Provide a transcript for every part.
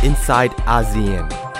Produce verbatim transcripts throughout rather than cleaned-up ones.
inside อาเซียน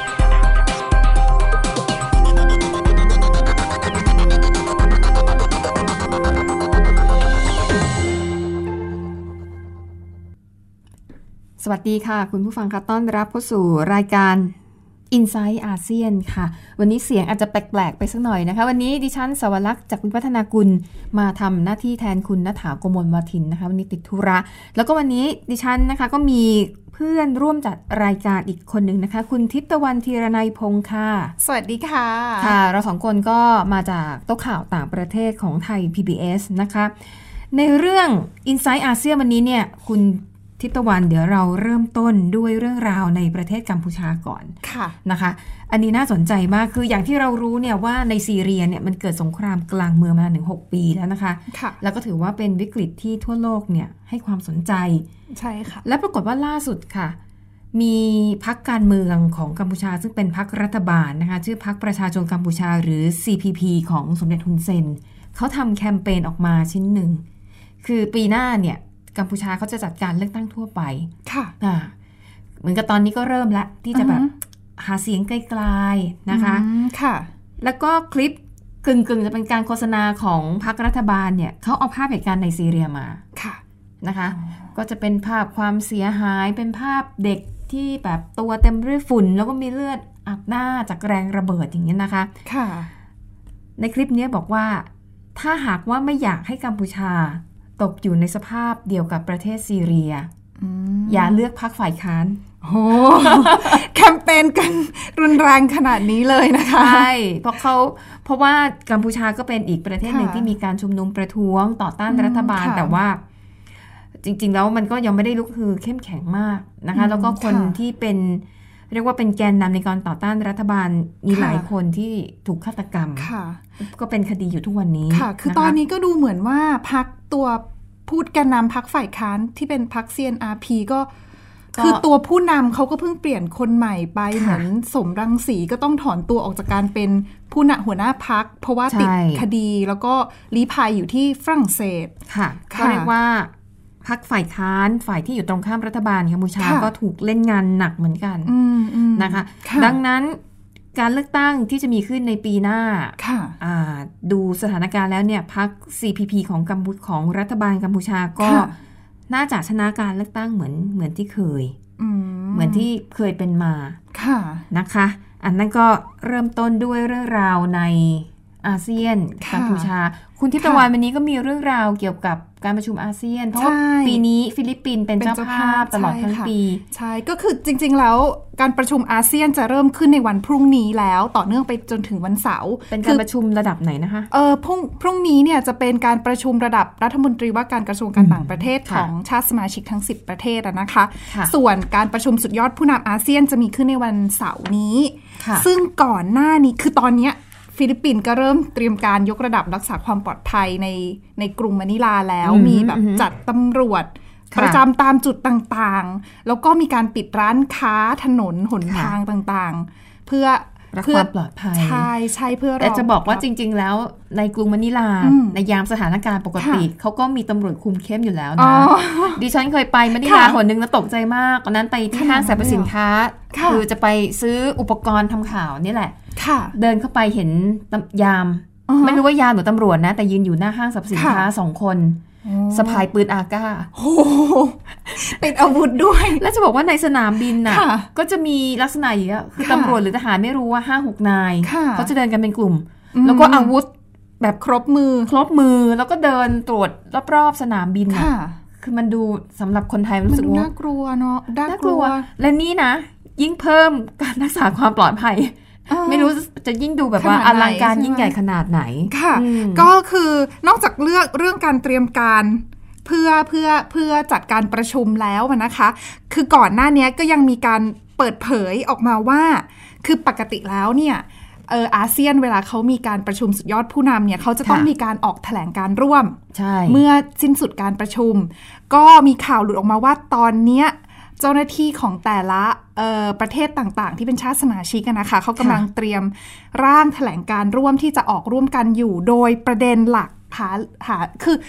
สวัสดีค่ะคุณผู้ฟังคะต้อนรับเข้าสู่รายการ Inside อาเซียนค่ะวันนี้เสียงอาจจะแปลกๆไปสักหน่อยนะคะวันนี้ดิฉันสวรักษ์จากคุณพัฒนากุลมาทำหน้าที่แทนคุณณฐาโกมลวาทินนะคะวันนี้ติดธุระแล้วก็วันนี้ดิฉันนะคะก็มีเพื่อนร่วมจัดรายการอีกคนหนึ่งนะคะคุณทิพย์ตะวันธีรนัยพงค์ค่ะสวัสดีค่ะค่ะเราสองคนก็มาจากโต๊ะข่าวต่างประเทศของไทย พี บี เอส นะคะในเรื่อง Inside อาเซียนวันนี้เนี่ยคุณทิพย์ตะวันเดี๋ยวเราเริ่มต้นด้วยเรื่องราวในประเทศกัมพูชาก่อนค่ะนะคะอันนี้น่าสนใจมากคืออย่างที่เรารู้เนี่ยว่าในซีเรียเนี่ยมันเกิดสงครามกลางเมืองมาถึงหกปีแล้วนะคะค่ะแล้วก็ถือว่าเป็นวิกฤตที่ทั่วโลกเนี่ยให้ความสนใจใช่ค่ะและปรากฏว่าล่าสุดค่ะมีพรรคการเมืองของกัมพูชาซึ่งเป็นพรรครัฐบาลนะคะชื่อพรรคประชาชนกัมพูชาหรือ ซี พี พี ของสมเด็จฮุนเซนเขาทำแคมเปญออกมาชิ้นหนึ่งคือปีหน้าเนี่ยกัมพูชาเขาจะจัดการเลือกตั้งทั่วไปค่ะอ่าเหมือนกับตอนนี้ก็เริ่มแล้วที่จะแบบ uh-huh. หาเสียงไกลๆนะคะ uh-huh. ค่ะแล้วก็คลิปกึ่งๆจะเป็นการโฆษณาของพรรครัฐบาลเนี่ยเขาเอาภาพเหตุการณ์ในซีเรียมาค่ะนะคะ uh-huh. ก็จะเป็นภาพความเสียหายเป็นภาพเด็กที่แบบตัวเต็มด้วยฝุ่นแล้วก็มีเลือดอาบหน้าจากแรงระเบิดอย่างนี้นะคะค่ะในคลิปนี้บอกว่าถ้าหากว่าไม่อยากให้กัมพูชาตกอยู่ในสภาพเดียวกับประเทศซีเรียอ, อย่าเลือกพรรคฝ่ายค้านโอ้แคมเปญกันรุนแรงขนาดนี้เลยนะคะใช่เพราะเขาเพราะว่ากัมพูชาก็เป็นอีกประเทศหนึ่งที่มีการชุมนุมประท้วงต่อต้านรัฐบาลแต่ว่าจริงๆแล้วมันก็ยังไม่ได้ลุกฮือเข้มแข็งมากนะคะแล้วก็คนที่เป็นเรียกว่าเป็นแกนนำในการต่อต้านรัฐบาลมีหลายคนที่ถูกฆาตกรรมก็เป็นคดีอยู่ทุกวันนี้ค่ะคือตอนนี้ก็ดูเหมือนว่าพรรคตัวพูดแกนนำพรรคฝ่ายค้านที่เป็นพรรค ซี เอ็น อาร์ พี ก็คือตัวผู้นำเขาก็เพิ่งเปลี่ยนคนใหม่ไปเหมือนสมรังสีก็ต้องถอนตัวออกจากการเป็นผู้นำหัวหน้าพรรคเพราะว่าติดคดีแล้วก็ลี้ภัยอยู่ที่ฝรั่งเศสค่ะก็เรียกว่าพรรคฝ่ายค้านฝ่ายที่อยู่ตรงข้ามรัฐบาลกัมพูชาก็ถูกเล่นงานหนักเหมือนกันนะคะดังนั้นการเลือกตั้งที่จะมีขึ้นในปีหน้าดูสถานการณ์แล้วเนี่ยพรรค ซี พี พี ของกัมพูของรัฐบาลกัมพูชาก็น่าจะชนะการเลือกตั้งเหมือนเหมือนที่เคยเหมือนที่เคยเป็นมานะคะอันนั้นก็เริ่มต้นด้วยเรื่องราวในอาเซียนกัมพูชาคุณทิพย์ตะวันวันนี้ก็มีเรื่องราวเกี่ยวกับการประชุมอาเซียนเพราะว่าปีนี้ฟิลิปปินส์เป็นเจ้าภาพตลอดทั้งปีใช่ก็คือจริงๆแล้วการประชุมอาเซียนจะเริ่มขึ้นในวันพรุ่งนี้แล้วต่อเนื่องไปจนถึงวันเสาร์เป็นการประชุมระดับไหนนะคะเออพรุ่งพรุ่งนี้เนี่ยจะเป็นการประชุมระดับรัฐมนตรีว่าการกระทรวงการต่างประเทศของชาติสมาชิกทั้งสิบประเทศนะคะส่วนการประชุมสุดยอดผู้นำอาเซียนจะมีขึ้นในวันเสาร์นี้ซึ่งก่อนหน้านี้คือตอนนี้ฟิลิปปินส์ก็เริ่มเตรียมการยกระดับรักษาความปลอดภัยในในกรุงมะนิลาแล้วมีแบบจัดตำรวจประจำตามจุดต่างๆแล้วก็มีการปิดร้านค้าถนนหนทางต่างๆเพื่อรักความปลอดภัยใช่ใช่เพื่อแต่จะบอกว่าจริงๆแล้วในกรุงมะนิลาในยามสถานการณ์ปกติเขาก็มีตำรวจคุมเข้มอยู่แล้วนะดิฉันเคยไปมะนิลาคนนึงแล้วตกใจมากตอนนั้นไปที่ห้างสรรพสินค้าคือจะไปซื้ออุปกรณ์ทำข่าวนี่แหละเดินเข้าไปเห็นยามไม่รู้ว่ายามหรือตำรวจนะแต่ยืนอยู่หน้าห้างสรรพสินค้าสองคนสะพายปืนอาก้าโอ้เป็นอาวุธด้วยแล้วจะบอกว่าในสนามบินน่ะก็จะมีลักษณะอย่างนี้คือตำรวจหรือทหารไม่รู้ว่า ห้าหก นายเขาจะเดินกันเป็นกลุ่มแล้วก็อาวุธแบบครบมือครบมือแล้วก็เดินตรวจรอบๆสนามบินน่ะคือมันดูสำหรับคนไทยรู้สึกว่าน่ากลัวเนาะน่ากลัวและนี่นะยิ่งเพิ่มการรักษาความปลอดภัยไม่รู้จะยิ่งดูแบบว่าอลังการยิ่งใหญ่ขนาดไหนค่ะก็คือนอกจากเรื่องเรื่องการเตรียมการเพื่อเพื่อเพื่อจัดการประชุมแล้วนะคะคือก่อนหน้านี้ก็ยังมีการเปิดเผยออกมาว่าคือปกติแล้วเนี่ยเอออาเซียนเวลาเขามีการประชุมสุดยอดผู้นำเนี่ยเขาจะต้องมีการออกแถลงการร่วมเมื่อสิ้นสุดการประชุมก็มีข่าวหลุดออกมาว่าตอนเนี้ยเจ้าหน้าที่ของแต่ละประเทศต่างๆที่เป็นชาติสมาชิกนะคะเขากำลังเตรียมร่างแถลงการร่วมที่จะออกร่วมกันอยู่โดยประเด็นหลักหาหาคือ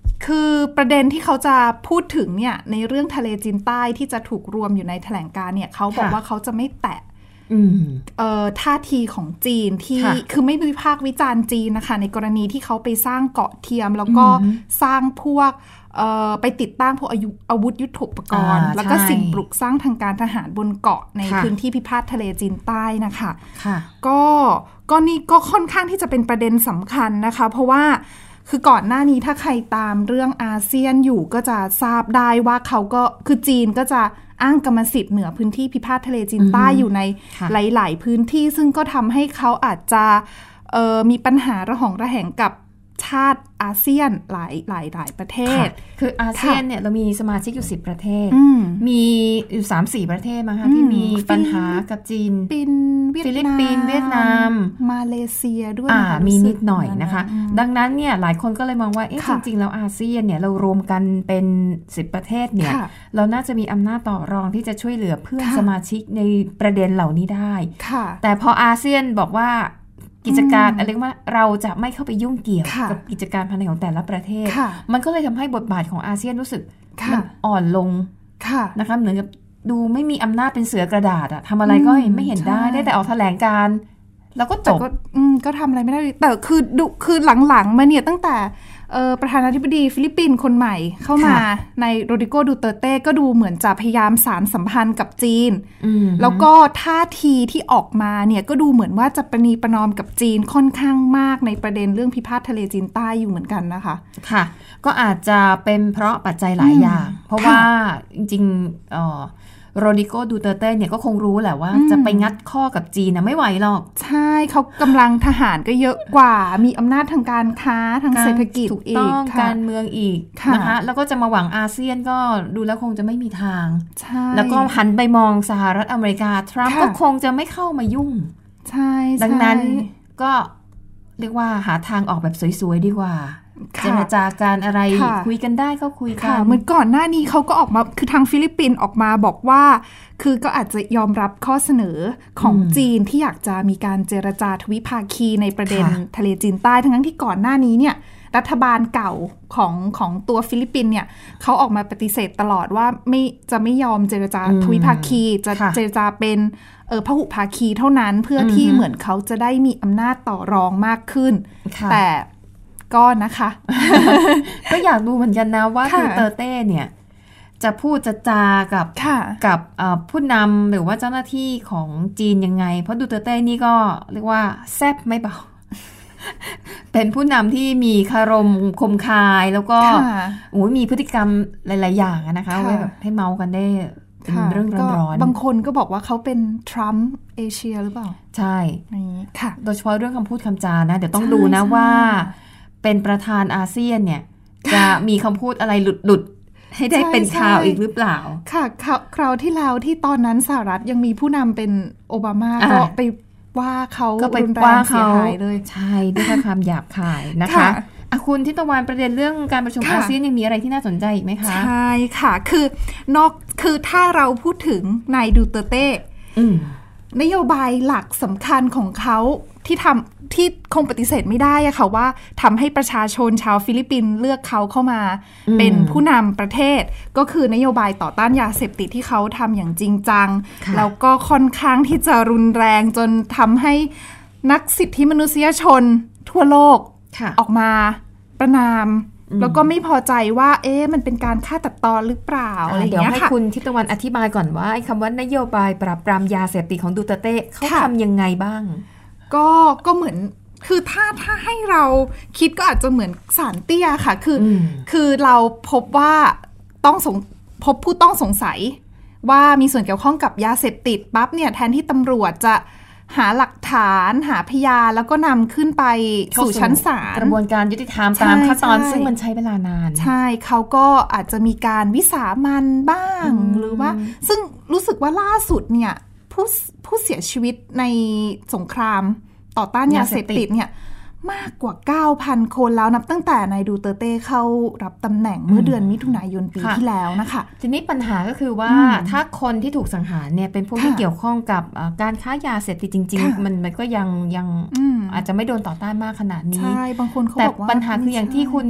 คือประเด็นที่เขาจะพูดถึงเนี่ยในเรื่องทะเลจีนใต้ที่จะถูกรวมอยู่ในแถลงการณ์เนี่ยเขาบอกว่าเขาจะไม่แตะท่าทีของจีนที่คือไม่วิพากษ์วิจารณ์จีนนะคะในกรณีที่เขาไปสร้างเกาะเทียมแล้วก็สร้างพวกไปติดตั้งพวกอาวุธยุทโธปกรณ์แล้วก็สิ่งปลูกสร้างทางการทหารบนเกาะในพื้นที่พิพาททะเลจีนใต้นะคะก็ก็นี่ก็ค่อนข้างที่จะเป็นประเด็นสำคัญนะคะเพราะว่าคือก่อนหน้านี้ถ้าใครตามเรื่องอาเซียนอยู่ก็จะทราบได้ว่าเขาก็คือจีนก็จะอ้างกรรมสิทธิ์เหนือพื้นที่พิพาททะเลจีนใต้อยู่ในหลายๆพื้นที่ซึ่งก็ทำให้เขาอาจจะมีปัญหาระหองระแหงกับชาติอาเซียนหลายหลายหลายประเทศคืออาเซียนเนี่ยเรามีสมาชิกอยู่สิบประเทศมีอยู่ สามสี่ ประเทศมั้งคะที่มีปัญหากับจีนฟิลิปปินส์เวียดนามมาเลเซียด้วยมีนิดหน่อยนะคะดังนั้นเนี่ยหลายคนก็เลยมองว่าเอ๊ะจริงๆแล้วอาเซียนเนี่ยเรารวมกันเป็นสิบประเทศเนี่ยเราน่าจะมีอำนาจต่อรองที่จะช่วยเหลือเพื่อนสมาชิกในประเด็นเหล่านี้ได้แต่พออาเซียนบอกว่ากิจการอะไรว่าเราจะไม่เข้าไปยุ่งเกี่ยวกับกิจการภายในของแต่ละประเทศมันก็เลยทำให้บทบาทของอาเซียนรู้สึกมันอ่อนลงนะคะเหมือนกับดูไม่มีอำนาจเป็นเสือกระดาษอะทำอะไรก็ไม่เห็นได้ได้แต่ออกแถลงการแล้วก็จบก็, ก็ทำอะไรไม่ได้แต่คือดูคือหลังๆมาเนี่ยตั้งแต่ประธานาธิบดีฟิลิปปินส์คนใหม่เข้ามาในโรดริโก ดูเตอร์เต้ก็ดูเหมือนจะพยายามสานสัมพันธ์กับจีนแล้วก็ท่าทีที่ออกมาเนี่ยก็ดูเหมือนว่าจะประนีประนอมกับจีนค่อนข้างมากในประเด็นเรื่องพิพาททะเลจีนใต้อยู่เหมือนกันนะคะค่ะก็อาจจะเป็นเพราะปัจจัยหลายอย่างเพราะว่าจริงๆโรดริโก ดูเตอร์เต้เนี่ยก็คงรู้แหละว่าจะไปงัดข้อกับจีนนะไม่ไหวหรอกใช่เขากำลังทหารก็เยอะกว่ามีอำนาจทางการค้าทางเศรษฐกิจถูกต้องการเมืองอีกนะคะแล้วก็จะมาหวังอาเซียนก็ดูแล้วคงจะไม่มีทางแล้วก็หันไปมองสหรัฐอเมริกาทรัมป์ก็คงจะไม่เข้ามายุ่งใช่ดังนั้นก็เรียกว่าหาทางออกแบบสวยๆดีกว่าเจรจาการอะไรคุยกันได้ก็คุยกันเหมือนก่อนหน้านี้เขาก็ออกมาคือทางฟิลิปปินส์ออกมาบอกว่าคือก็อาจจะยอมรับข้อเสนอของจีนที่อยากจะมีการเจรจาทวิภาคีในประเด็นทะเลจีนใต้ทั้งที่ก่อนหน้านี้เนี่ยรัฐบาลเก่าของของตัวฟิลิปปินส์เนี่ยเขาออกมาปฏิเสธตลอดว่าไม่จะไม่ยอมเจรจาทวิภาคีจะเจรจาเป็นเออพหุภาคีเท่านั้นเพื่อที่เหมือนเขาจะได้มีอำนาจต่อรองมากขึ้นแต่ก็นะคะก็อยากดูเหมือนกันนะว่าดูเตอร์เต้เนี่ยจะพูดจะจากับกับผู้นำหรือว่าเจ้าหน้าที่ของจีนยังไงเพราะดูเตอร์เต้นี่ก็เรียกว่าแซ่บไม่เบา เป็นผู้นำที่มีคารมคมคายแล้วก็โอ้มีพฤติกรรมหลายๆอย่างนะคะไว้แบบให้เมากันได้เป็นเรื่องร้อนๆบางคนก็บอกว่าเขาเป็นทรัมป์เอเชียหรือเปล่าใช่ค่ะโดยเฉพาะเรื่องคำพูดคำจานะเดี๋ยวต้องดูนะว่าเป็นประธานอาเซียนเนี่ยจะมีคำพูดอะไรหลุดๆให้ได้เป็นข่าวอีกหรือเปล่าค่ะคราวที่แล้วที่ตอนนั้นสหรัฐยังมีผู้นำเป็นโอบามาก็ไปว่าเขาก็ไปว่าเขาเลยใช่ด้วยคำหยาบคายนะคะคุณทิตวรรณประเด็นเรื่องการประชุมอาเซียนยังมีอะไรที่น่าสนใจอีกไหมคะใช่ค่ะคือนอกคือถ้าเราพูดถึงนายดูเตอร์เต้นโยบายหลักสำคัญของเขาที่ทำที่คงปฏิเสธไม่ได้อะค่ะว่าทำให้ประชาชนชาวฟิลิปปินส์เลือกเขาเข้ามาเป็นผู้นำประเทศก็คือนโยบายต่อต้านยาเสพติดที่เขาทำอย่างจริงจังแล้วก็ค่อนข้างที่จะรุนแรงจนทำให้นักสิทธิมนุษยชนทั่วโลกออกมาประณามแล้วก็ไม่พอใจว่าเอ๊ะมันเป็นการฆ่าตัดตอนหรือเปล่าอะไรอย่างเงี้ยค่ะเดี๋ยวให้คุณทิตวรรณอธิบายก่อนว่าไอ้คำว่านโยบายปราบปรามยาเสพติดของดูเตอร์เต้เขาทำยังไงบ้างก็ก็เหมือนคือถ้าถ้าให้เราคิดก็อาจจะเหมือนศาลเตี้ยค่ะคือคือเราพบว่าต้องสงพบผู้ต้องสงสัยว่ามีส่วนเกี่ยวข้องกับยาเสพติดปั๊บเนี่ยแทนที่ตำรวจจะหาหลักฐานหาพยานแล้วก็นำขึ้นไปสู่ชั้นศาลกระบวนการยุติธรรมตามขั้นตอนซึ่งมันใช้เวลานานใช่เขาก็อาจจะมีการวิสามันบ้างหรือว่าซึ่งรู้สึกว่าล่าสุดเนี่ยผู้ผู้เสียชีวิตในสงครามต่อต้านยาเสพติดเนี่ยมากกว่า เก้าพัน คนแล้วนับตั้งแต่นายดูเตอร์เต้เข้ารับตำแหน่งเมื่อเดือนมิถุนายนปีที่แล้วนะคะทีนี้ปัญหาก็คือว่าถ้าคนที่ถูกสังหารเนี่ยเป็นผู้ที่เกี่ยวข้องกับการค้ายาเสพติดจริงๆมันมันก็ยังยังอาจจะไม่โดนต่อต้านมากขนาดนี้ใช่บางคนเขาบอกว่าแต่ปัญหาคืออย่างที่คุณ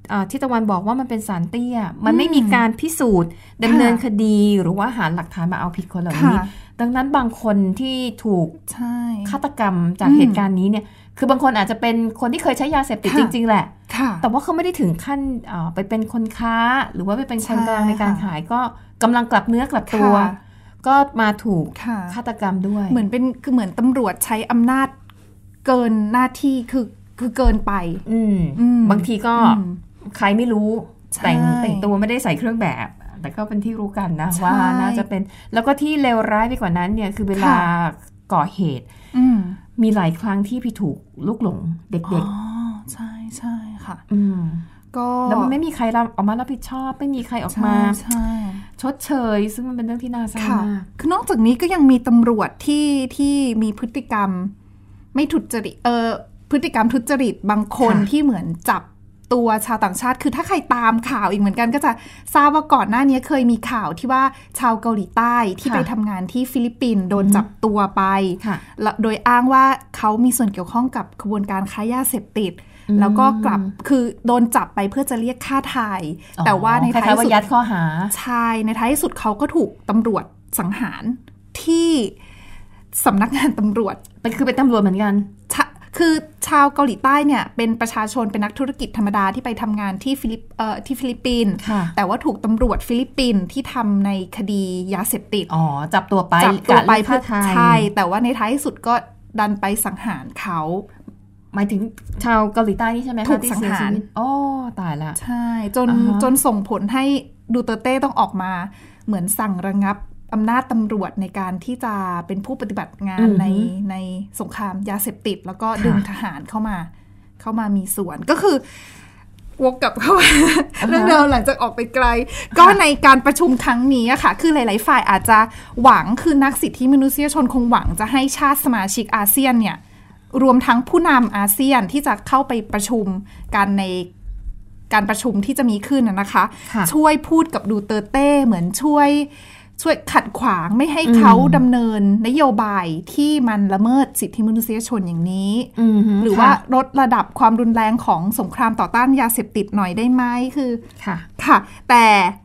ที่ตะวันบอกว่ามันเป็นศาลเตี้ยมันไม่มีการพิสูจน์ดำเนินคดีหรือว่าหาหลักฐานมาเอาผิดคนเหล่านี้ดังนั้นบางคนที่ถูกฆาตกรรมจากเหตุการณ์นี้เนี่ยคือบางคนอาจจะเป็นคนที่เคยใช้ยาเสพติดจริงๆแหละแต่ว่าเขาไม่ได้ถึงขั้นไปเป็นคนค้าหรือว่าไปเป็นคนกลางในการขายก็กำลังกลับเนื้อกลับตัวก็มาถูกฆาตกรรมด้วยเหมือนเป็นคือเหมือนตำรวจใช้อำนาจเกินหน้าที่คือคือเกินไปบางทีก็ใครไม่รู้แต่งแต่งตัวไม่ได้ใส่เครื่องแบบแต่ก็เป็นที่รู้กันนะว่าน่าจะเป็นแล้วก็ที่เลวร้ายไปกว่านั้นเนี่ยคือเวลาก่อเหตุมีหลายครั้งที่พี่ถูกลูกหลงเด็กๆอ๋อใช่ใช่ค่ะก็แล้วมันไม่มีใครออกมารับผิดชอบไม่มีใครออกมาชดเชยซึ่งมันเป็นเรื่องที่น่าเศร้ามากคือนอกจากนี้ก็ยังมีตำรวจที่ที่มีพฤติกรรมไม่ทุจริตเออพฤติกรรมทุจริตบางคนที่เหมือนจับตัวชาวต่างชาติคือถ้าใครตามข่าวอีกเหมือนกันก็จะทราบว่าก่อนหน้านี้เคยมีข่าวที่ว่าชาวเกาหลีใต้ที่ไปทำงานที่ฟิลิปปินส์โดนจับตัวไปโดยอ้างว่าเขามีส่วนเกี่ยวข้องกับขบวนการค้ายาเสพติดแล้วก็กลับคือโดนจับไปเพื่อจะเรียกค่าไถ่แต่ว่าในท้ายสุดยัดข้อหาใช่ในท้ายสุดเขาก็ถูกตำรวจสังหารที่สำนักงานตำรวจเป็นคือเป็นตำรวจเหมือนกันคือชาวเกาหลีใต้เนี่ยเป็นประชาชนเป็นนักธุรกิจธรรมดาที่ไปทำงานที่ฟิลิปเอ่อที่ฟิลิปปินส์แต่ว่าถูกตำรวจฟิลิปปินส์ที่ทำในคดียาเสพติดอ๋อจับตัวไปจับตัวไปเพื่อใช่แต่ว่าในท้ายสุดก็ดันไปสังหารเขาหมายถึงชาวเกาหลีใต้นี่ใช่ไหมถูกสังหารอ๋อตายละใช่จน uh-huh. จนส่งผลให้ดูเตอร์เต้ต้องออกมาเหมือนสั่งระงับอำนาจตำรวจในการที่จะเป็นผู้ปฏิบัติงานในในสงครามยาเสพติดแล้วก็ดึงทหารเข้ามาเข้ามามีส่วนก็คือวกกลับเข้า เรื่องเดิมหลังจากออกไปไกลก็ในการประชุมครั้งนี้ค่ะคือหลายๆฝ่ายอาจจะหวังคือนักสิทธิมนุษยชนคงหวังจะให้ชาติสมาชิกอาเซียนเนี่ยรวมทั้งผู้นำอาเซียนที่จะเข้าไปประชุมกันในการประชุมที่จะมีขึ้นนะคะช่วยพูดกับดูเตอร์เต้เหมือนช่วยช่วยขัดขวางไม่ให้เขาดำเนินนโยบายที่มันละเมิดสิทธิมนุษยชนอย่างนี้หรือว่าลดระดับความรุนแรงของสงครามต่อต้านยาเสพติดหน่อยได้ไหมคือค่ะค่ะแต่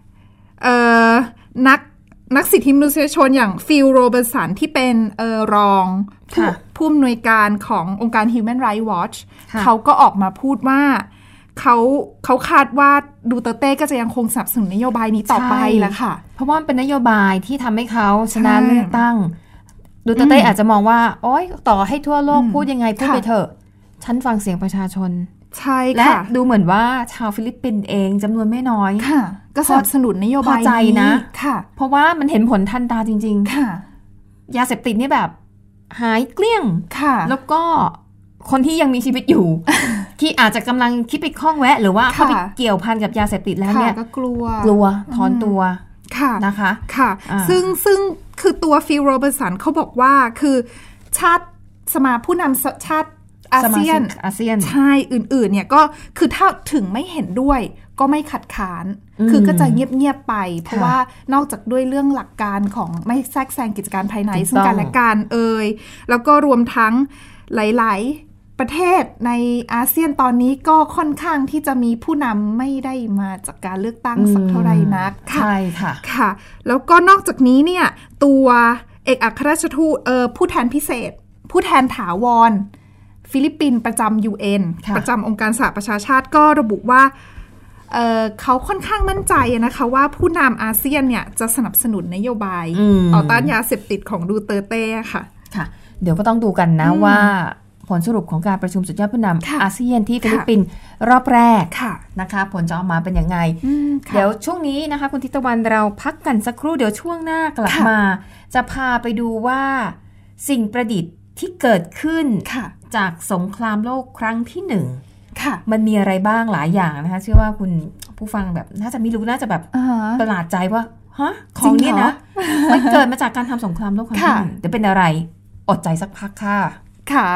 นักนักสิทธิมนุษยชนอย่างฟิลโรเบิร์ตสันที่เป็นเอ่อรองผู้ผู้อำนวยการขององค์การ Human Rights Watch เขาก็ออกมาพูดว่าเขาเขาคาดว่าดูเตอร์เต้ก็จะยังคงสนับสนุนนโยบายนี้ต่อไปแหละค่ะเพราะว่าเป็นนโยบายที่ทำให้เขาชนะเลือกตั้งดูเตอร์เต้อาจจะมองว่าโอ๊ยต่อให้ทั่วโลกพูดยังไงพูดไปเถอะฉันฟังเสียงประชาชนใช่ค่ะและดูเหมือนว่าชาวฟิลิปปินส์เองจำนวนไม่น้อยค่ะก็สนับสนุนนโยบายนี้นะค่ะเพราะว่ามันเห็นผลทันตาจริงๆค่ะยาเสพติดนี่แบบหายเกลี้ยงค่ะแล้วก็คนที่ยังมีชีวิตอยู่ ที่อาจจะกำลังคิดไปข้องแวะหรือว่าเข้าไปเกี่ยวพันกับยาเสพติดแล้วเนี่ยก็กลัวกลัวถอนตัวนะคะค่ะซึ่งซึ่งคือตัวฟิลโรเบิร์ตสันเขาบอกว่าคือชาติสมาผู้นำชาติอาเซียนอาเซียนใช่อื่นๆเนี่ยก็คือถ้าถึงไม่เห็นด้วยก็ไม่ขัดขานคือก็จะเงียบๆไปเพราะว่านอกจากด้วยเรื่องหลักการของไม่แทรกแซงกิจการภายในซึ่งกันและกันเอ่ยแล้วก็รวมทั้งหลายๆประเทศในอาเซียนตอนนี้ก็ค่อนข้างที่จะมีผู้นำไม่ได้มาจากการเลือกตั้งสักเท่าไหร่นักใช่ค่ะค่ะแล้วก็นอกจากนี้เนี่ยตัวเอกอัครราชทูตเอ่อผู้แทนพิเศษผู้แทนถาวรฟิลิปปินส์ประจำ ยู เอ็น ประจำองค์การสหประชาชาติก็ระบุว่า เ, เขาค่อนข้างมั่นใจนะคะว่าผู้นำอาเซียนเนี่ยจะสนับสนุนนโยบายต่อต้านยาเสพติดของดูเตอร์เต้ค่ะค่ะเดี๋ยวก็ต้องดูกันนะว่าผลสรุปของการประชุมสุดยอดผู้นำอาเซียนที่ฟิลิปปินส์รอบแรกนะคะผลจะออกมาเป็นยังไงเดี๋ยวช่วงนี้นะคะคุณทิตวันเราพักกันสักครู่เดี๋ยวช่วงหน้ากลับมาจะพาไปดูว่าสิ่งประดิษฐ์ที่เกิดขึ้นจากสงครามโลกครั้งที่หนึ่งมันมีอะไรบ้างหลายอย่างนะคะเชื่อว่าคุณผู้ฟังแบบน่าจะไม่รู้น่าจะแบบ uh-huh. ประหลาดใจว่าฮะของนี้นะมันเกิดมาจากการทำสงครามโลกครั้งที่หนึ่งจะเป็นอะไรอดใจสักพักค่ะค่ะ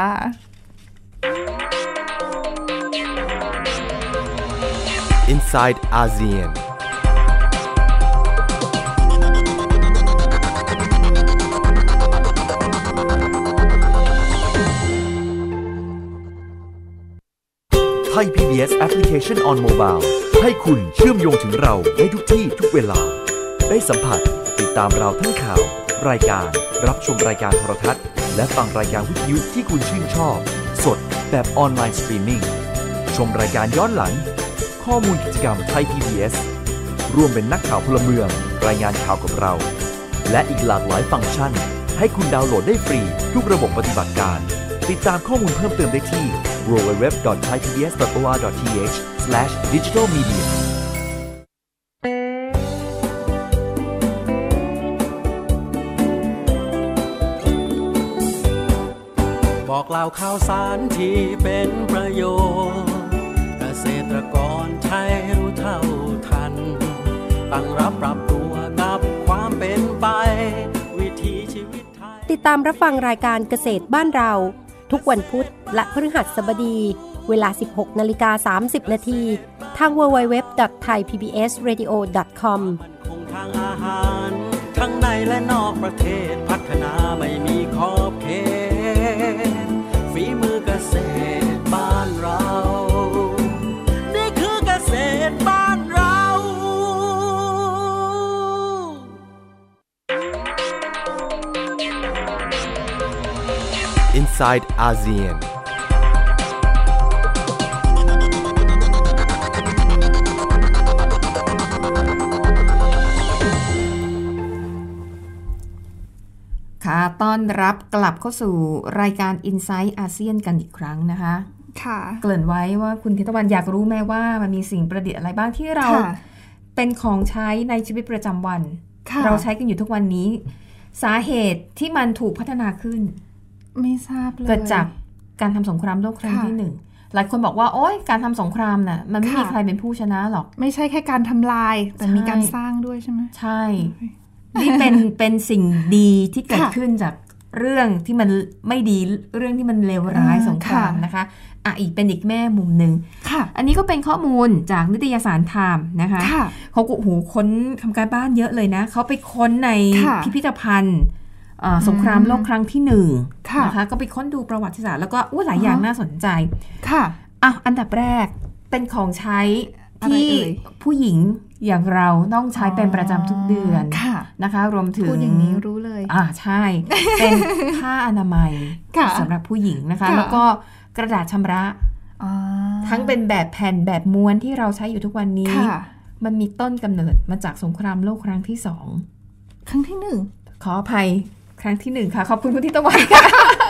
Inside อาเซียนไท Thai พี บี เอส Application on Mobile ให้คุณเชื่อมโยงถึงเราได้ทุกที่ทุกเวลาได้สัมผัสติดตามเราทั้งข่าวรายการรับชมรายการโทรทัศน์และฟังรายการวิทยุที่คุณชื่นชอบสดแบบออนไลน์สตรีมมิ่งชมรายการย้อนหลังข้อมูลกิจกรรม Thai พี บี เอส ร่วมเป็นนักข่าวพลเมืองรายงานข่าวกับเราและอีกหลากหลายฟังก์ชันให้คุณดาวน์โหลดได้ฟรีทุกระบบปฏิบัติการติดตามข้อมูลเพิ่มเติมได้ที่ ดับเบิลยู ดับเบิลยู ดับเบิลยู ดอท ไทยพีบีเอส ดอท โอ อาร์ ดอท ที เอช สแลช ดิจิทัลมีเดียบอกเล่าข่าวสารที่เป็นประโยชน์เกษตรกรใช้รู้เท่าทันตั้งรับปรับตัวกับความเป็นไปวิถีชีวิตไทยติดตามรับฟังรายการเกษตรบ้านเราทุกวันพุธและพฤหัสบดีเวลา สิบหกนาฬิกาสามสิบนาทีทาง ดับเบิลยู ดับเบิลยู ดับเบิลยู ดอท ไทยพีบีเอสเรดิโอ ดอท คอมคงทางอาหารทั้งในและนอกประเทศพัฒนาไม่มีขอบเขตฝีมือเกษตรบ้านเรานี่คือเกษตรบ้านเรา Inside อาเซียนค่ะต้อนรับกลับเข้าสู่รายการ Inside อาเซียนกันอีกครั้งนะคะค่ะเกริ่นไว้ว่าคุณทิตวันอยากรู้แม้ว่ามันมีสิ่งประดิษฐ์อะไรบ้างที่เราเป็นของใช้ในชีวิตประจำวันเราใช้กันอยู่ทุกวันนี้สาเหตุที่มันถูกพัฒนาขึ้นไม่ทราบเลยเกิดจากการทำสงครามโลกครั้งที่หนึ่งหลายคนบอกว่าโอ๊ยการทำสงครามน่ะมันไม่มีใครเป็นผู้ชนะหรอกไม่ใช่แค่การทำลายแต่มีการสร้างด้วยใช่ไหมใช่นี่เป็นเป็นสิ่งดีที่เกิดขึ้นจากเรื่องที่มันไม่ดีเรื่องที่มันเลวร้ายสงครามนะคะอ่ะอีกเป็นอีกแม่มุมนึงอันนี้ก็เป็นข้อมูลจากนิตยสารไทม์นะคะเขาโอ้โหค้นทำการบ้านเยอะเลยนะเขาไปค้นในพิพิธภัณฑ์สงครามโลกครั้งที่หนึ่งนะคะก็ไปค้นดูประวัติศาสตร์แล้วก็อู้หลายอย่างน่าสนใจค่ะอ่ะอันดับแรกเป็นของใช้ที่ผู้หญิงอย่างเราต้องใช้เป็นประจำทุกเดือนนะคะรวมถึงพูดอย่างนี้รู้เลยอ่าใช่เป็นผ้าอนามัยสำหรับผู้หญิงนะคะแล้วก็กระดาษชำระทั้งเป็นแบบแผ่นแบบม้วนที่เราใช้อยู่ทุกวันนี้มันมีต้นกำเนิดมาจากสงครามโลกครั้งที่สองครั้งที่หนึ่งขออภัยครั้งที่หนึ่งค่ะขอบคุณคุณทิตวันค่ะ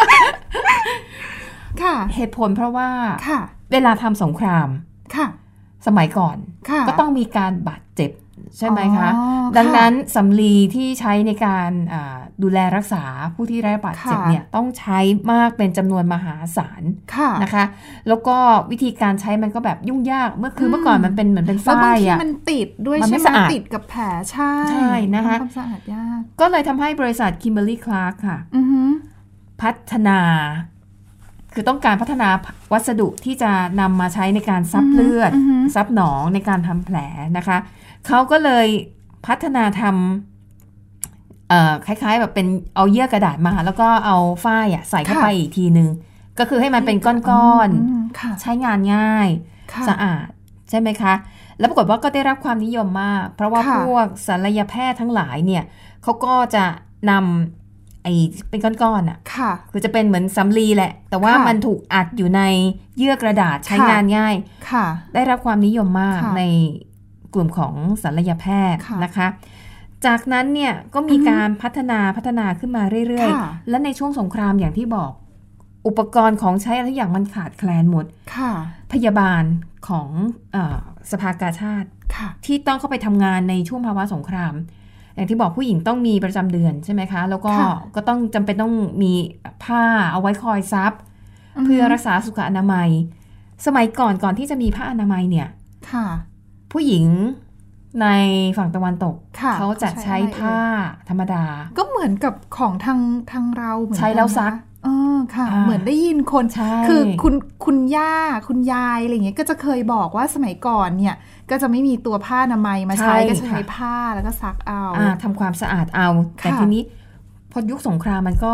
ค่ะเหตุผลเพราะว่าเวลาทำสงครามค่ะสมัยก่อนก็ต้องมีการบาดเจ็บใช่ไหมคะดังนั้นสำลีที่ใช้ในการดูแลรักษาผู้ที่ได้บาดเจ็บเนี่ยต้องใช้มากเป็นจำนวนมหาศาลนะคะแล้วก็วิธีการใช้มันก็แบบยุ่งยากเมื่อคือเมื่อก่อนมันเป็นเหมือนเป็นฝ้ายอ่ะมันติดด้วยใช่ไหมติดกับแผลใช่ใช่นะคะความสะอาดยากก็เลยทำให้บริษัท Kimberly-Clark ค่ะพัฒนาคือต้องการพัฒนาวัสดุที่จะนำมาใช้ในการซับเลือดซับหนองในการทำแผลนะคะเขาก็เลยพัฒนาทำเอ่อคล้ายๆแบบเป็นเอาเยื่อกระดาษมาแล้วก็เอาฝ้ายใส่เข้าไปอีกทีนึงก็คือให้มันเป็นก้อนๆใช้งานง่ายสะอาดใช่ไหมคะแล้วปรากฏว่าก็ได้รับความนิยมมากเพราะว่าพวกศัลยแพทย์ทั้งหลายเนี่ยเขาก็จะนำไอ้เป็นก้อนๆอ่ะคือจะเป็นเหมือนสำลีแหละแต่ว่ามันถูกอัดอยู่ในเยื่อกระดาษใช้งานง่ายได้รับความนิยมมากในกลุ่มของศัลยแพทย์นะคะจากนั้นเนี่ยก็มีการพัฒนาพัฒนาขึ้นมาเรื่อยๆและในช่วงสงครามอย่างที่บอกอุปกรณ์ของใช้อะไรทุกอย่างมันขาดแคลนหมดพยาบาลของเอ่อสภากาชาติที่ต้องเข้าไปทำงานในช่วงภาวะสงครามอย่างที่บอกผู้หญิงต้องมีประจำเดือนใช่ไหมคะแล้วก็ก็ต้องจำเป็นต้องมีผ้าเอาไว้คอยซับเพื่อรักษาสุขอนามัยสมัยก่อนก่อนที่จะมีผ้าอนามัยเนี่ยผู้หญิงในฝั่งตะวันตกเขาจะใช้ผ้าธรรมดาก็เหมือนกับของทางทางเราเหมือนใช้แล้วซักเออค่ะเหมือนได้ยินคนคือคุณคุณย่าคุณยายอะไรเงี้ยก็จะเคยบอกว่าสมัยก่อนเนี่ยก็จะไม่มีตัวผ้าอนามัยมาใช้ก็จะใช้ผ้าแล้วก็ซักเอาทำความสะอาดเอาแต่ทีนี้พอยุคสงครามมันก็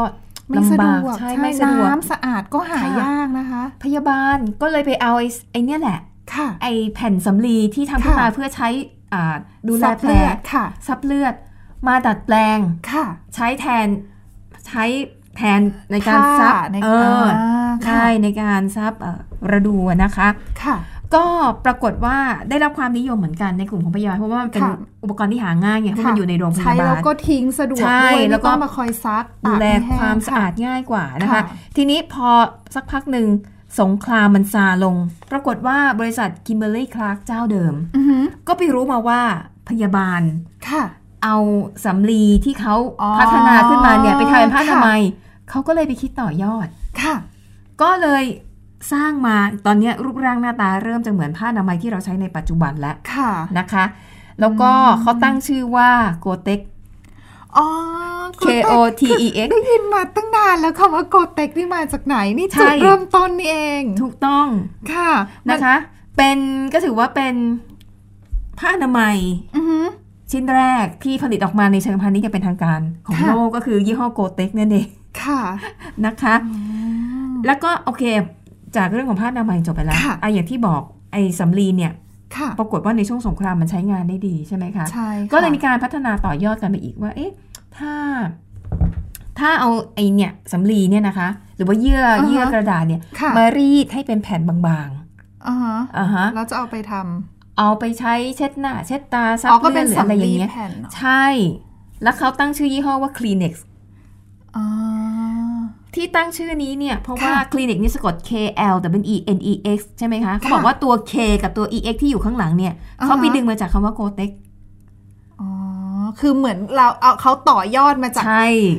ไม่สะดวกใช่ไม่สะดวกน้ำสะอาดก็หายากนะคะพยาบาลก็เลยไปเอาไอ้ไอ้เนี่ยแหละไอ้แผ่นสำลีที่ทำขึ้นมาเพื่อใช้ดูแลแผลซับเลือดมาดัดแปลงใช้แทนใช้แทนในการซับเออใช่ในการซับระดูนะคะก็ปรากฏว่าได้รับความนิยมเหมือนกันในกลุ่มของพยาบาลเพราะว่ามันเป็นอุปกรณ์ที่หาง่ายไงเพราะมันอยู่ในโรงพยาบาลใช้แล้วก็ทิ้งสะดวกด้วยแล้วก็มาคอยซักดูแลความสะอาดง่ายกว่านะคะทีนี้พอสักพักหนึ่งสงครามมันซาลงปรากฏว่าบริษัท Kimberly-Clark เจ้าเดิมก็ไปรู้มาว่าพยาบาลเอาสำลีที่เขาพัฒนาขึ้นมาเนี่ยไปทำเป็นผ้าอนามัยเขาก็เลยไปคิดต่อยอดก็เลยสร้างมาตอนนี้รูปร่างหน้าตาเริ่มจะเหมือนผ้าอนามัยที่เราใช้ในปัจจุบันแล้วนะคะแล้วก็เขาตั้งชื่อว่าโกเต็กอ๋อ K O T E X ได้ยินมาตั้งนานแล้วคำว่าโกเต็กนี่มาจากไหนนี่จุดเริ่มต้นนี่เองถูกต้องค่ะนะคะเป็นก็ถือว่าเป็นผ้าอนามัยชิ้นแรกที่ผลิตออกมาในเชิงพาณิชย์อย่างเป็นทางการของโลกก็คือยี่ห้อโกเต็กนั่นเองค่ะนะคะแล้วก็โอเคจากเรื่องของผ้าอนามัยจบไปแล้วไอ้อย่างที่บอกไอ้สำลีเนี่ยปรากฏว่าในช่วงสงครามมันใช้งานได้ดีใช่ไหมคะใช่ก็เลยมีการพัฒนาต่อยอดกันไปอีกว่าเอ๊ะถ้าถ้าเอาไอ้เนี่ยสำลีเนี่ยนะคะหรือว่าเยื่อ uh-huh. เยื่อกระดาษเนี่ยมารีดให้เป็นแผ่นบางๆอ่าฮะอ่าฮะแล้วจะเอาไปทำเอาไปใช้เช็ดหน้าเช็ดตาซับเลือดหรืออะไรอย่างเงี้ยใช่แล้วเขาตั้งชื่อยี่ห้อว่า Kleenex อ๋อที่ตั้งชื่อนี้เนี่ยเพราะว่า Kleenex นี่สะกด K L W E N E X ใช่ไหมคะเขาบอกว่าตัว K กับตัว E X ที่อยู่ข้างหลังเนี่ยเขาไปดึงมาจากคำว่า Gotex อ๋อคือเหมือนเราเอาเขาต่อยอดมาจากใช่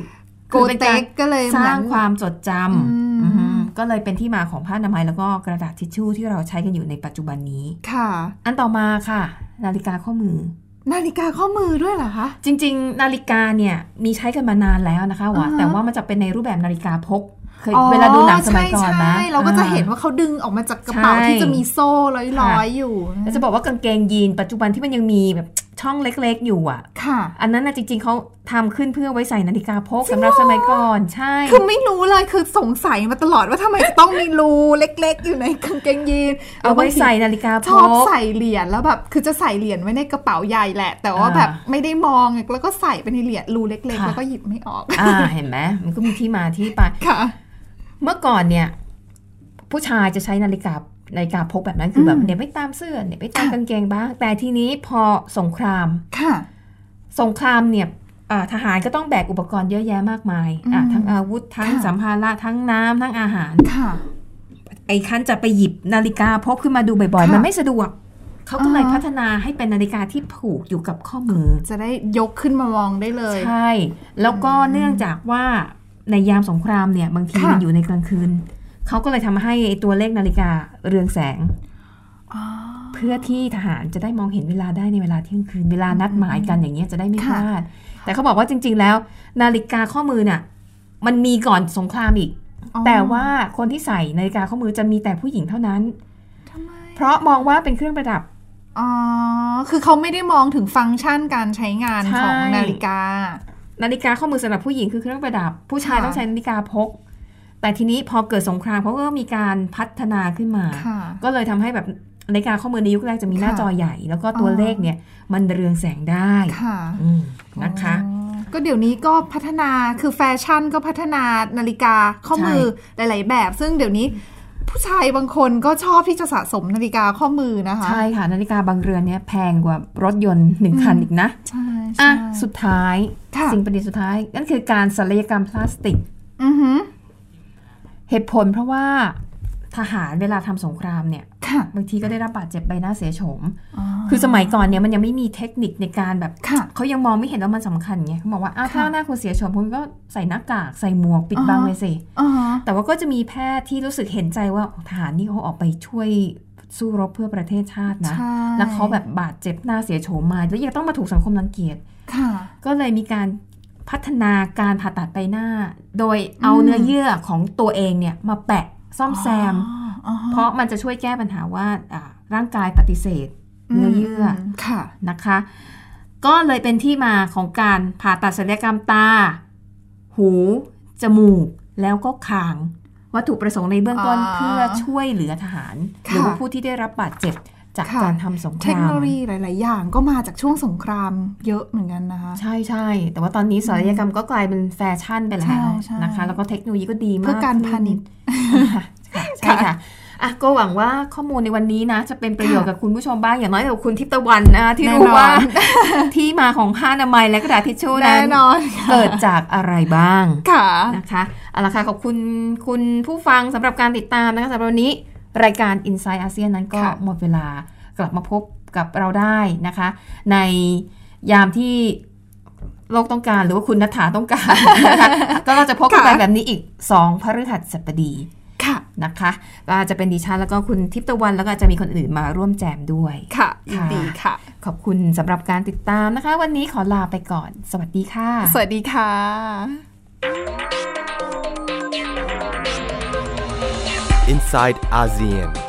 Gotex ก็เลยสร้างความจดจำก็เลยเป็นที่มาของผ้าอนามัยแล้วก็กระดาษทิชชู่ที่เราใช้กันอยู่ในปัจจุบันนี้ค่ะอันต่อมาค่ะนาฬิกาข้อมือนาฬิกาข้อมือด้วยเหรอคะจริงๆนาฬิกาเนี่ยมีใช้กันมานานแล้วนะคะว่าแต่ว่ามันจะเป็นในรูปแบบนาฬิกาพกเคยเวลาดูหนังสมัยก่อนนะเราก็จะเห็นว่าเขาดึงออกมาจากกระเป๋าที่จะมีโซ่ร้อยๆอยู่แล้วจะบอกว่ากางเกงยีนปัจจุบันที่มันยังมีแบบช่องเล็กๆอยู่อ่ะค่ะอันนั้นนะจริงๆเขาทำขึ้นเพื่อไว้ใส่นาฬิกาพกสำหรับสมัยก่อนใช่คือไม่รู้เลยคือสงสัยมาตลอดว่าทำไมต้องมีรูเล็กๆอยู่ในกางเกงยีนเอาไว้ใส่นาฬิกาพกชอบใส่เหรียญแล้วแบบคือจะใส่เหรียญไว้ในกระเป๋าใหญ่แหละแต่ว่าแบบไม่ได้มองแล้วก็ใส่ไปในเหรียญรูเล็กๆแล้วก็หยิบไม่ออกอ่าเห็นไหมมันก็มีที่มาที่ไปค่ะเมื่อก่อนเนี่ยผู้ชายจะใช้นาฬิกานาฬิกาพกแบบนั้นคือแบบเนี่ยไม่ตามเสื้อเนี่ยไม่ตามกางเกงบ้างแต่ทีนี้พอสงครามค่ะสงครามเนี่ยทหารก็ต้องแบกอุปกรณ์เยอะแยะมากมายทั้งอาวุธทั้งสัมภาระทั้งน้ำทั้งอาหารค่ะไอ้คันจะไปหยิบนาฬิกาพกขึ้นมาดูบ่อยๆมันไม่สะดวกเขาก็เลยพัฒนาให้เป็นนาฬิกาที่ผูกอยู่กับข้อมือจะได้ยกขึ้นมามองได้เลยใช่แล้วก็เนื่องจากว่าในยามสงครามเนี่ยบางทีมันอยู่ในกลางคืนเขาก็เลยทำให้ตัวเลขนาฬิกาเรืองแสงเพื่อที่ทหารจะได้มองเห็นเวลาได้ในเวลาเที่ยงคืนเวลานัดหมายกันอย่างเงี้ยจะได้ไม่พลาดแต่เขาบอกว่าจริงๆแล้วนาฬิกาข้อมือเนี่ยมันมีก่อนสงครามอีกแต่ว่าคนที่ใส่นาฬิกาข้อมือจะมีแต่ผู้หญิงเท่านั้นเพราะมองว่าเป็นเครื่องประดับอ๋อคือเขาไม่ได้มองถึงฟังก์ชันการใช้งานของนาฬิกานาฬิกาข้อมือสำหรับผู้หญิงคือเครื่องประดับผู้ชายต้องใช้นาฬิกาพกแต่ทีนี้พอเกิดสงครามเขาก็มีการพัฒนาขึ้นมาก็เลยทำให้แบบนาฬิกาข้อมือในยุคแรกจะมีหน้าจอใหญ่แล้วก็ตัวเลขเนี่ยมันเรืองแสงได้นะคะก็เดี๋ยวนี้ก็พัฒนาคือแฟชั่นก็พัฒนานาฬิกาข้อมือหลายๆแบบซึ่งเดี๋ยวนี้ผู้ชายบางคนก็ชอบที่จะสะสมนาฬิกาข้อมือนะคะใช่ค่ะนาฬิกาบางเรือนเนี่ยแพงกว่ารถยนต์หนึ่งคันอีกนะใช่อ่ะสุดท้ายสิ่งประดิษฐ์สุดท้ายนั่นคือการศัลยกรรมพลาสติกเหตุผลเพราะว่าทหารเวลาทำสงครามเนี่ยบางทีก็ได้รับบาดเจ็บใบหน้าเสียโฉมคือสมัยก่อนเนี่ยมันยังไม่มีเทคนิคในการแบบเขายังมองไม่เห็นว่ามันสำคัญไงเขาบอกว่าอ้าวถ้าหน้าคุณเสียโฉมคุณก็ใส่หน้ากากใส่หมวกปิดบังเลยสิแต่ว่าก็จะมีแพทย์ที่รู้สึกเห็นใจว่าทหารนี่เขาออกไปช่วยสู้รบเพื่อประเทศชาตินะแล้วเขาแบบบาดเจ็บหน้าเสียโฉมมาแล้วยังต้องมาถูกสังคมรังเกียจก็เลยมีการพัฒนาการผ่าตัดใบหน้าโดยเอาเนื้อเยื่อของตัวเองเนี่ยมาแปะซ่อมแซมเพราะมันจะช่วยแก้ปัญหาว่าร่างกายปฏิเสธเนื้อเยื่อนะคะก็เลยเป็นที่มาของการผ่าตัดศัลยกรรมตาหูจมูกแล้วก็คางวัตถุประสงค์ในเบื้องต้นเพื่อช่วยเหลือทหารหรือว่าผู้ที่ได้รับบาดเจ็บจากการทำสงครามเทคโนโลยีหลายๆอย่างก็มาจากช่วงสงครามเยอะเหมือนกันนะคะใช่ใช่แต่ว่าตอนนี้ศัลยกรรมก็กลายเป็นแฟชั่นไปแล้วนะคะแล้วก็เทคโนโลยีก็ดีมากเพื่อการพาณิชย์ใช่ค่ะอ่ะก็หวังว่าข้อมูลในวันนี้นะจะเป็นประโยชน์กับคุณผู้ชมบ้างอย่างน้อยกับคุณทิพย์ตะวันนะที่รู้ว่าที่มาของผ้าอนามัยและกระดาษทิชชู่นั้นเกิดจากอะไรบ้างนะคะเอาล่ะค่ะขอบคุณคุณผู้ฟังสำหรับการติดตามนะคะสำหรับวันนี้รายการ Inside อาเซียนนั้นก็หมดเวลากลับมาพบกับเราได้นะคะในยามที่โลกต้องการหรือว่าคุณณัฐฐาต้องการนะคะก็เราจะพบกันแบบนี้อีกสองพฤหัสบดีนะคะก็จะเป็นดิฉันแล้วก็คุณทิพย์ตะวันแล้วก็จะมีคนอื่นมาร่วมแจมด้วยค่ะยินดีค่ะขอบคุณสำหรับการติดตามนะคะวันนี้ขอลาไปก่อนสวัสดีค่ะสวัสดีค่ะ Inside อาเซียน